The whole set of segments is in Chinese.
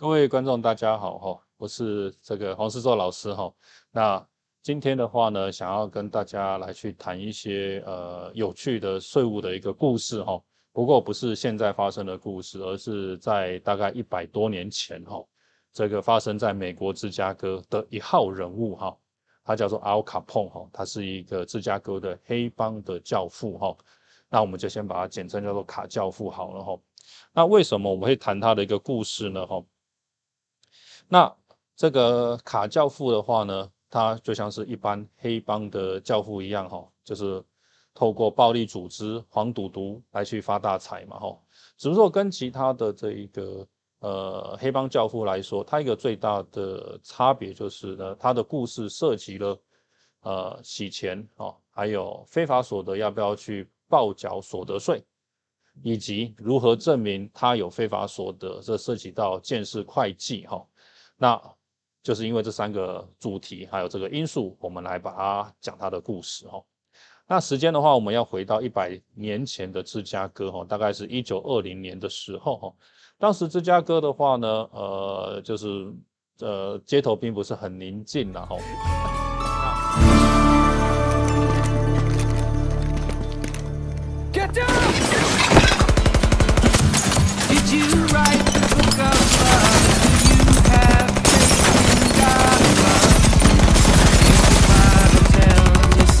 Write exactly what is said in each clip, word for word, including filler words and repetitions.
各位观众，大家好哈，我是这个黄世宙老师哈。那今天的话呢，想要跟大家来去谈一些呃有趣的税务的一个故事哈。不过不是现在发生的故事，而是在大概一百多年前哈，这个发生在美国芝加哥的一号人物哈，他叫做 Al Capone 哈，他是一个芝加哥的黑帮的教父哈。那我们就先把它简称叫做卡教父好了哈。那为什么我们会谈他的一个故事呢哈？那这个卡教父的话呢，他就像是一般黑帮的教父一样哈，就是透过暴力组织、黄赌毒来去发大财嘛哈。只不过跟其他的这一个呃黑帮教父来说，他一个最大的差别就是呢，他的故事涉及了呃洗钱哦，还有非法所得要不要去报缴所得税，以及如何证明他有非法所得，这涉及到见识会计哈。那就是因为这三个主题还有这个因素，我们来把它讲它的故事哈。那时间的话，我们要回到一百年前的芝加哥哈，大概是一九二零年的时候哈。当时芝加哥的话呢，呃，就是呃街头并不是很宁静然后。Get down! Did you write the book of love? Do you have faith in God above? If the Bible tells you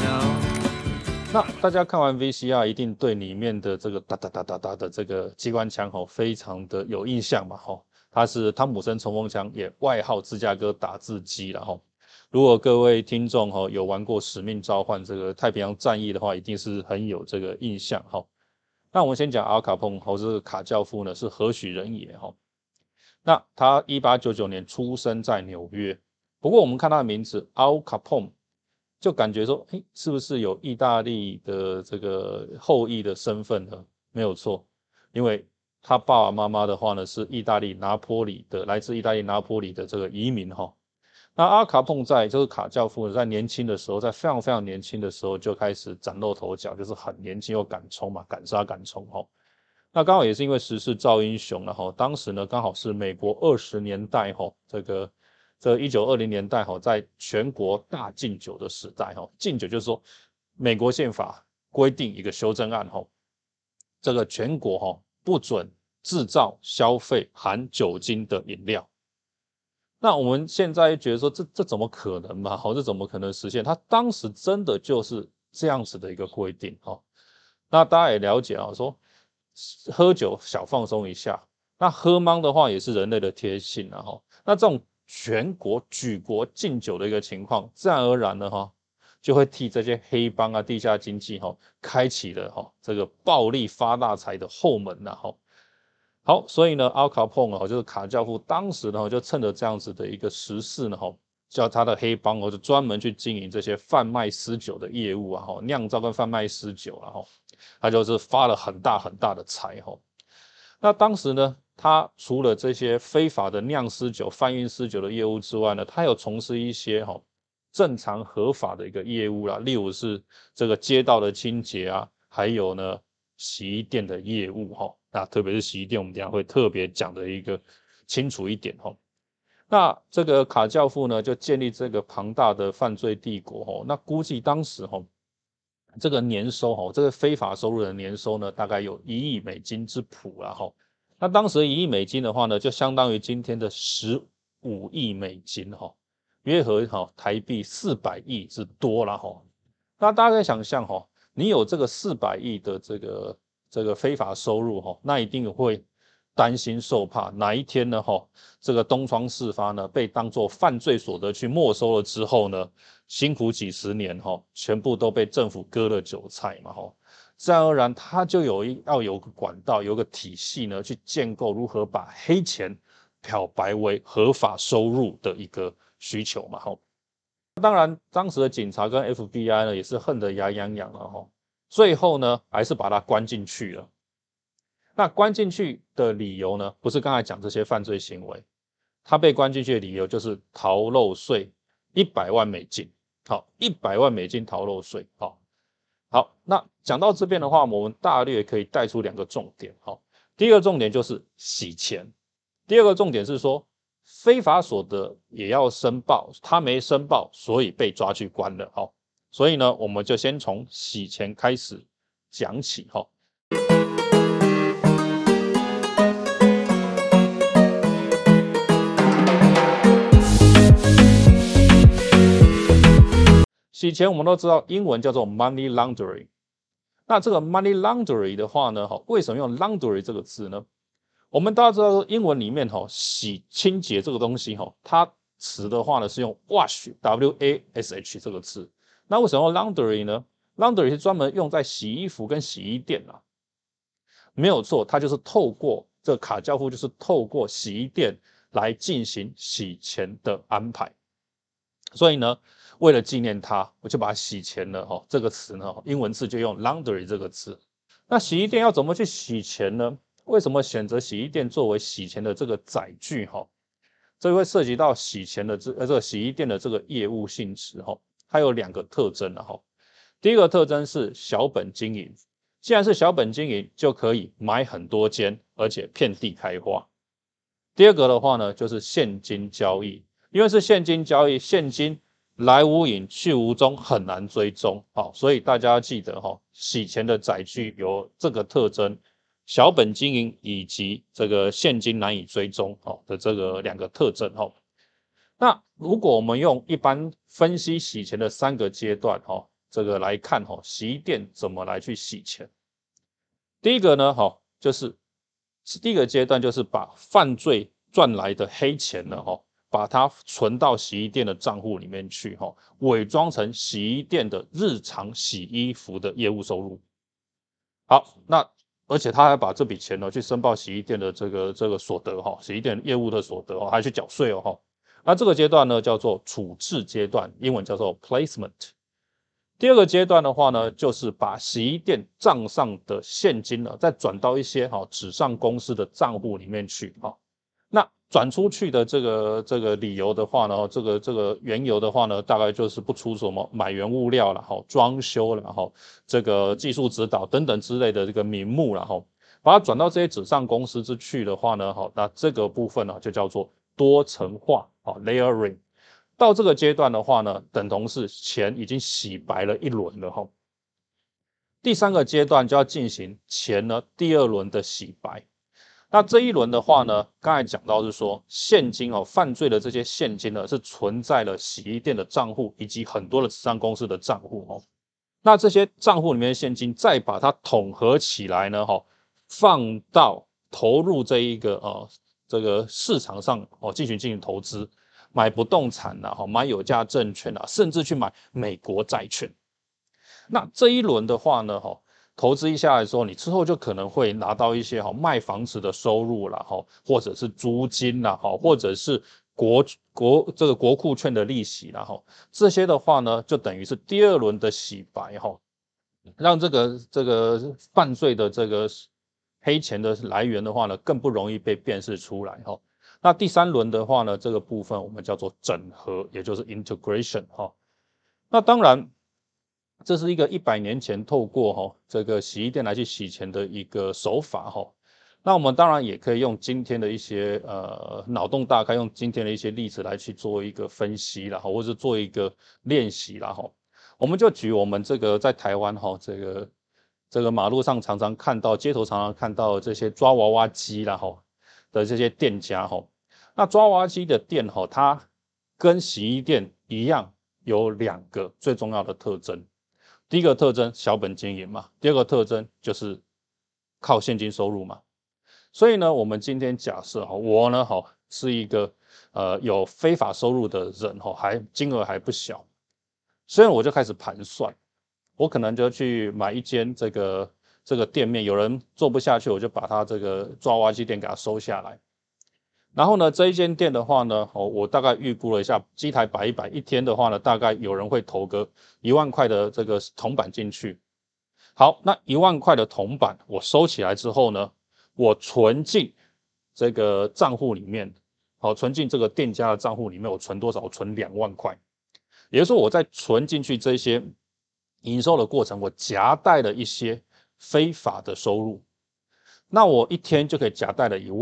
so. 那大家看完 V C R 一定对里面的这个哒哒哒哒哒的这个机关枪吼非常的有印象嘛吼，它是汤姆森冲锋枪，也外号芝加哥打字机啦吼。如果各位听众吼有玩过使命召唤这个太平洋战役的话，一定是很有这个印象吼。那我们先讲阿卡彭吼，这个卡教父呢是何许人也吼？那他一八九九年出生在纽约，不过我们看他的名字 Al Capone，就感觉说，哎，是不是有意大利的这个后裔的身份呢？没有错，因为他爸爸妈妈的话呢是意大利拿坡里的，来自意大利拿坡里的这个移民哈。那阿卡彭在就是卡教父在年轻的时候，在非常非常年轻的时候就开始崭露头角，就是很年轻又敢冲嘛，敢杀敢冲哈。那刚好也是因为时势造英雄了哈，当时呢刚好是美国二十年代哈，这个这一九二零年代哈，在全国大禁酒的时代哈，禁酒就是说美国宪法规定一个修正案哈，这个全国哈不准制造消费含酒精的饮料。那我们现在觉得说这这怎么可能嘛？好，这怎么可能实现？他当时真的就是这样子的一个规定哈。那大家也了解啊，说喝酒小放松一下，那喝茫的话也是人类的天性啊哈。那这种全国举国禁酒的一个情况，自然而然的哈，就会替这些黑帮啊、地下经济哈，开启了哈这个暴利发大财的后门呐哈。好，所以呢，阿卡彭哦，就是卡教父，当时呢就趁着这样子的一个时势呢，哈，叫他的黑帮哦，就专门去经营这些贩卖私酒的业务啊，哈，酿造跟贩卖私酒啊，哈，他就是发了很大很大的财哈。那当时呢，他除了这些非法的酿私酒、贩运私酒的业务之外呢，他有从事一些哈正常合法的一个业务啦，例如是这个街道的清洁啊，还有呢洗衣店的业务哈。那特别是洗衣店，我们等一下会特别讲的一个清楚一点哈。那这个卡教父呢，就建立这个庞大的犯罪帝国哈。那估计当时哈，这个年收哈，这个非法收入的年收呢，大概有一亿美金之谱啦哈。那当时一亿美金的话呢，就相当于今天的十五亿美金哈，约合哈台币四百亿之多啦哈。那大家可以想象哈，你有这个四百亿的这个。这个非法收入哈，那一定会担心受怕，哪一天呢哈，这个东窗事发呢，被当作犯罪所得去没收了之后呢，辛苦几十年哈，全部都被政府割了韭菜嘛哈，自然而然他就有一要有个管道，有个体系呢，去建构如何把黑钱漂白为合法收入的一个需求嘛哈。当然，当时的警察跟 F B I 呢，也是恨得牙痒痒了哈。最后呢，还是把他关进去了。那关进去的理由呢，不是刚才讲这些犯罪行为，他被关进去的理由就是逃漏税一百万美金。好，一百万美金逃漏税。好，好，那讲到这边的话，我们大略可以带出两个重点。好，第一个重点就是洗钱，第二个重点是说非法所得也要申报，他没申报，所以被抓去关了。好，所以呢，我们就先从洗钱开始讲起。哈。洗钱我们都知道，英文叫做 money laundering。那这个 money laundering 的话呢，为什么用 laundry 这个字呢？我们大家知道，英文里面洗清洁这个东西，它词的话呢是用 wash w a s h 这个字。那为什么用 laundry 呢？ laundry 是专门用在洗衣服跟洗衣店啊，没有错，它就是透过这个卡交付，就是透过洗衣店来进行洗钱的安排。所以呢，为了纪念它，我就把洗钱了哈这个词呢，英文字就用 laundry 这个字。那洗衣店要怎么去洗钱呢？为什么选择洗衣店作为洗钱的这个载具哈？这会涉及到洗钱的这呃这个洗衣店的这个业务性质哈，它有两个特征哈。第一个特征是小本经营，既然是小本经营，就可以买很多间，而且遍地开花。第二个的话呢，就是现金交易。因为是现金交易，现金来无影去无踪，很难追踪。好，所以大家要记得哈，洗钱的载具有这个特征：小本经营以及这个现金难以追踪好的这个两个特征哈。那如果我们用一般分析洗钱的三个阶段哈，这个来看哈，洗衣店怎么来去洗钱？第一个呢，哈，就是第一个阶段就是把犯罪赚来的黑钱呢，哈。把它存到洗衣店的账户里面去，哈，伪装成洗衣店的日常洗衣服的业务收入。好，那而且他还把这笔钱呢去申报洗衣店的这个这个所得，哈，洗衣店业务的所得，哈，还去缴税哦，哈。那这个阶段呢叫做处置阶段，英文叫做 placement。第二个阶段的话呢，就是把洗衣店账上的现金呢再转到一些哈纸上公司的账户里面去，哈。那转出去的这个这个理由的话呢，这个这个缘由的话呢，大概就是不出什么买原物料了哈，装修了哈，这个技术指导等等之类的这个名目了哈，把它转到这些纸上公司之去的话呢，哈，那这个部分呢就叫做多层化啊 layering。到这个阶段的话呢，等同是钱已经洗白了一轮了哈。第三个阶段就要进行钱呢第二轮的洗白。那这一轮的话呢，刚才讲到是说现金哦，犯罪的这些现金呢是存在了洗衣店的账户以及很多的纸上公司的账户哦。那这些账户里面的现金再把它统合起来呢，哈，放到投入这一个呃这个市场上哦，进行进行投资，买不动产呐，哈，买有价证券啊，甚至去买美国债券。那这一轮的话呢，哈。投资一下来说，你之后就可能会拿到一些哈卖房子的收入啦，哈，或者是租金啦，哈，或者是国国这个国库券的利息啦，哈，这些的话呢，就等于是第二轮的洗白哈，让这个这个犯罪的这个黑钱的来源的话呢，更不容易被辨识出来哈。那第三轮的话呢，这个部分我们叫做整合，也就是 integration 哈。那当然。这是一个一百年前透过哈这个洗衣店来去洗钱的一个手法哈，那我们当然也可以用今天的一些呃脑洞大开，用今天的一些例子来去做一个分析啦，或者做一个练习啦哈。我们就举我们这个在台湾哈这个这个马路上常常看到，街头常常看到这些抓娃娃机啦哈的这些店家哈，那抓娃娃机的店哈，它跟洗衣店一样有两个最重要的特征。第一个特征小本经营嘛，第二个特征就是靠现金收入嘛。所以呢，我们今天假设哈，我呢哈是一个呃有非法收入的人哈，还金额还不小，所以我就开始盘算，我可能就去买一间这个这个店面，有人做不下去，我就把他这个抓娃娃机店给他收下来。然后呢，这一间店的话呢，哦，我大概预估了一下，机台摆一摆，一天的话呢，大概有人会投个一万块的这个铜板进去。好，那一万块的铜板我收起来之后呢，我存进这个账户里面，好，存进这个店家的账户里面，我存多少？我存两万块。也就是说，我在存进去这些营收的过程，我夹带了一些非法的收入。那我一天就可以夹带了一万。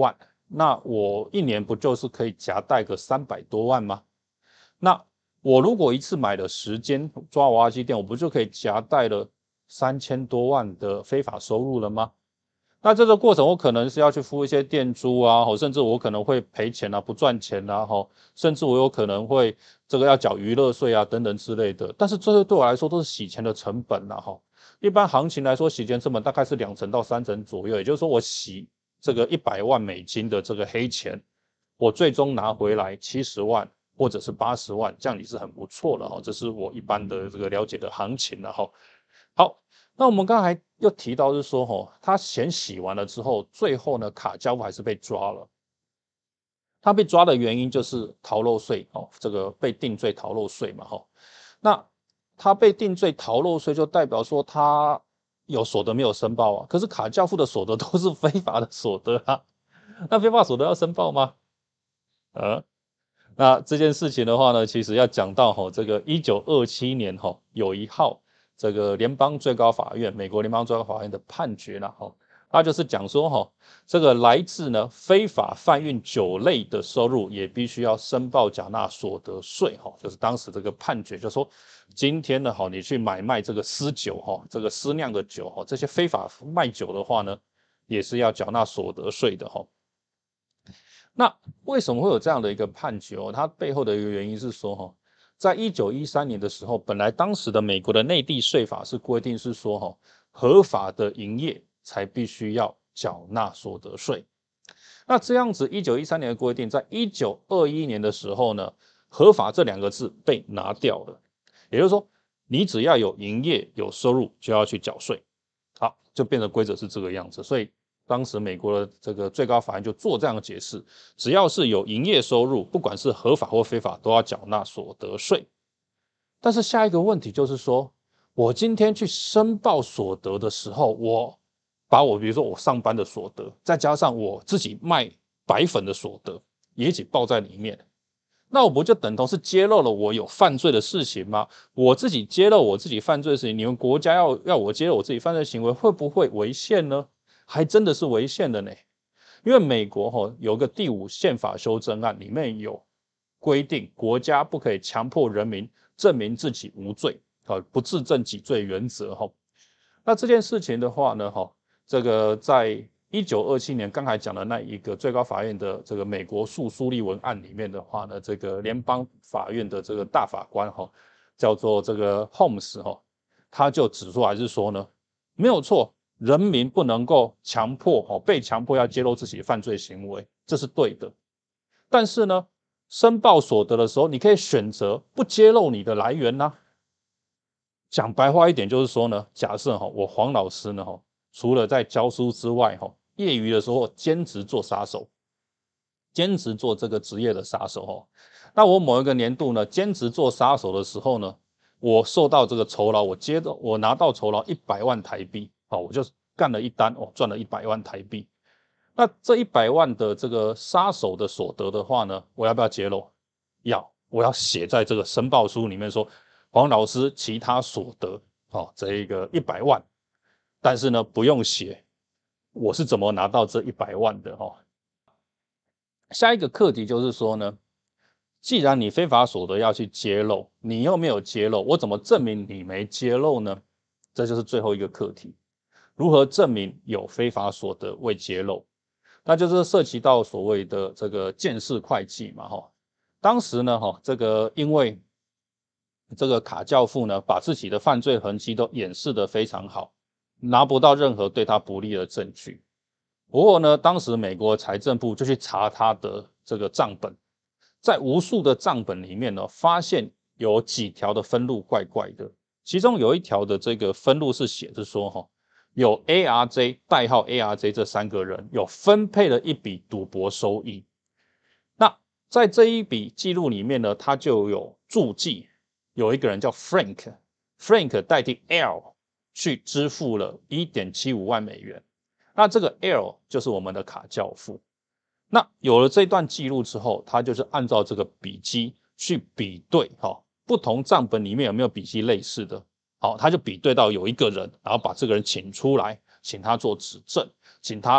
那我一年不就是可以夹带个三百多万吗？那我如果一次买了十间抓娃娃机店，我不就可以夹带了三千多万的非法收入了吗？那这个过程我可能是要去付一些店租啊，甚至我可能会赔钱啊，不赚钱啊，甚至我有可能会这个要缴娱乐税啊等等之类的。但是这些对我来说都是洗钱的成本啊，哈。一般行情来说，洗钱成本大概是两成到三成左右，也就是说我洗这个一百万美金的这个黑钱，我最终拿回来七十万或者是八十万，这样也是很不错的哈。这是我一般的这个了解的行情了哈。好。那我们刚才又提到是说，吼，他钱洗完了之后，最后呢，卡交付还是被抓了。他被抓的原因就是逃漏税，哦，这个被定罪逃漏税嘛，吼。那他被定罪逃漏税，就代表说他有所得没有申报啊。可是卡交付的所得都是非法的所得啊，那非法所得要申报吗？呃，那这件事情的话呢，其实要讲到吼，这个一九二七年吼有一号这个联邦最高法院，美国联邦最高法院的判决啦，吼，他就是讲说吼，这个来自呢非法贩运酒类的收入也必须要申报缴纳所得税，吼，就是当时这个判决就说，今天呢，吼，你去买卖这个私酒，吼，这个私酿的酒，吼，这些非法卖酒的话呢，也是要缴纳所得税的，吼。那为什么会有这样的一个判决哦？它背后的一个原因是说，哈，在一九一三年的时候，本来当时的美国的内地税法是规定是说，哈，合法的营业才必须要缴纳所得税。那这样子，一九一三年的规定，在一九二一年的时候呢，合法这两个字被拿掉了，也就是说，你只要有营业有收入就要去缴税，好，就变成规则是这个样子，所以。当时美国的这个最高法院就做这样的解释，只要是有营业收入，不管是合法或非法，都要缴纳所得税。但是下一个问题就是说，我今天去申报所得的时候，我把我比如说我上班的所得，再加上我自己卖白粉的所得，也一起报在里面，那我不就等同是揭露了我有犯罪的事情吗？我自己揭露我自己犯罪的事情，你们国家要要我揭露我自己犯罪行为，会不会违宪呢？还真的是违宪的呢，因为美国哈有个第五宪法修正案，里面有规定，国家不可以强迫人民证明自己无罪，啊，不自证己罪原则哈。那这件事情的话呢，哈，这个在一九二七年刚才讲的那一个最高法院的这个美国诉苏利文案里面的话呢，这个联邦法院的这个大法官哈，叫做这个 Holmes 哈，他就指出来是说呢，没有错。人民不能够强迫哦，被强迫要揭露自己的犯罪行为，这是对的。但是呢，申报所得的时候，你可以选择不揭露你的来源呐、啊。讲白话一点就是说呢，假设哈，我黄老师呢哈，除了在教书之外哈，业余的时候兼职做杀手，兼职做这个职业的杀手哈。那我某一个年度呢，兼职做杀手的时候呢，我受到这个酬劳，我接到我拿到酬劳一百万台币。好，我就干了一单，哦，赚了一百万台币。那这一百万的这个杀手的所得的话呢，我要不要揭露？要，我要写在这个申报书里面说，黄老师其他所得，哦，这一个一百万，但是呢，不用写我是怎么拿到这一百万的哦。下一个课题就是说呢，既然你非法所得要去揭露，你又没有揭露，我怎么证明你没揭露呢？这就是最后一个课题。如何证明有非法所得未揭露？那就是涉及到所谓的这个鉴识会计嘛，哈。当时呢，哈，这个因为这个卡教父呢，把自己的犯罪痕迹都掩饰得非常好，拿不到任何对他不利的证据。不过呢，当时美国财政部就去查他的这个账本，在无数的账本里面呢，发现有几条的分录怪怪的，其中有一条的这个分录是写着说，哈。有 A R J 代号 A R J 这三个人有分配了一笔赌博收益，那在这一笔记录里面呢，他就有注记，有一个人叫 Frank，Frank 代替 L 去支付了 一点七五万美元，那这个 L 就是我们的卡教父。那有了这段记录之后，他就是按照这个笔记去比对，哈，不同账本里面有没有笔记类似的。好，他就比对到有一个人，然后把这个人请出来，请他做指证，请他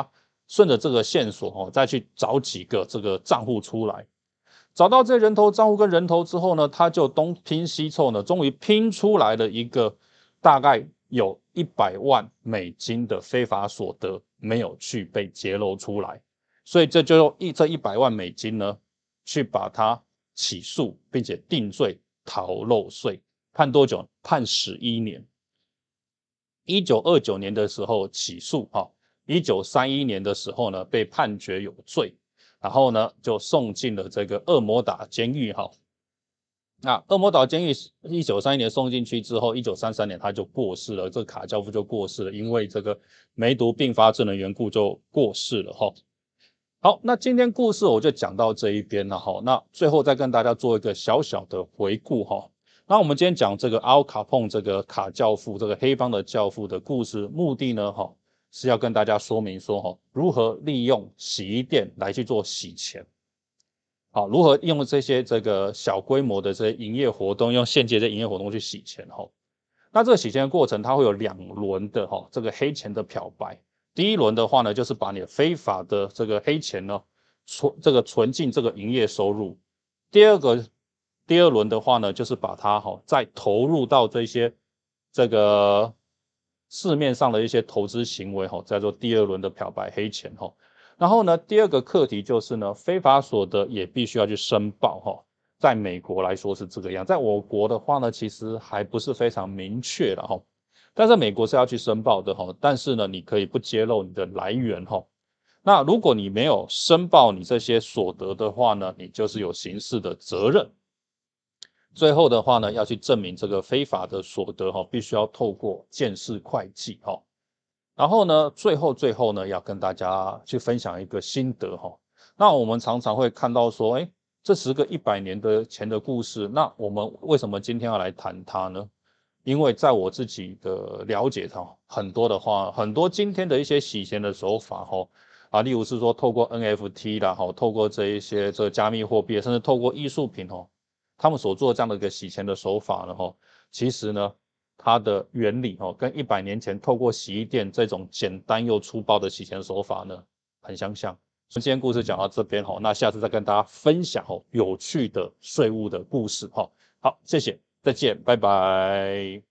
顺着这个线索哦，再去找几个这个账户出来。找到这人头账户跟人头之后呢，他就东拼西凑呢，终于拼出来了一个大概有一百万美金的非法所得没有去被揭露出来，所以这就用一这一百万美金呢，去把他起诉，并且定罪逃漏税，判多久？判十一年。一九二九年的时候起诉，哈，一九三一年的时候呢，被判决有罪。然后呢，就送进了这个恶魔岛监狱哈。那恶魔岛监狱一九三一年送进去之后，一九三三年他就过世了，这个卡教父就过世了，因为这个梅毒并发症的缘故就过世了哈。好，那今天故事我就讲到这一边了哈。那最后再跟大家做一个小小的回顾哈。那我们今天讲这个阿卡碰这个卡教父，这个黑帮的教父的故事，目的呢哈。是要跟大家说明说哈，如何利用洗衣店来去做洗钱，好，如何用这些这个小规模的这些营业活动，用现金的营业活动去洗钱哈。那这个洗钱的过程，它会有两轮的哈，这个黑钱的漂白。第一轮的话呢，就是把你非法的这个黑钱呢存这个存进这个营业收入。第二个第二轮的话呢，就是把它哈再投入到这些这个。市面上的一些投资行为哈，叫做第二轮的漂白黑钱哈。然后呢，第二个课题就是呢，非法所得也必须要去申报哈。在美国来说是这个样，在我国的话呢，其实还不是非常明确了哈。但是美国是要去申报的哈，但是呢，你可以不揭露你的来源哈。那如果你没有申报你这些所得的话呢，你就是有刑事的责任。最后的话呢，要去证明这个非法的所得哈，必须要透过鉴识会计哈。然后呢，最后最后呢，要跟大家去分享一个心得哈。那我们常常会看到说，哎，这十个一百年的前的故事，那我们为什么今天要来谈它呢？因为在我自己的了解上，很多的话，很多今天的一些洗钱的手法哈，啊，例如是说透过 N F T 啦，哈，透过这一些这加密货币，甚至透过艺术品哦。他们所做这样的一个洗钱的手法呢，哈，其实呢，它的原理哦，跟一百年前透过洗衣店这种简单又粗暴的洗钱手法呢，很相像。今天故事讲到这边哈，那下次再跟大家分享哦有趣的税务的故事哈。好，谢谢，再见，拜拜。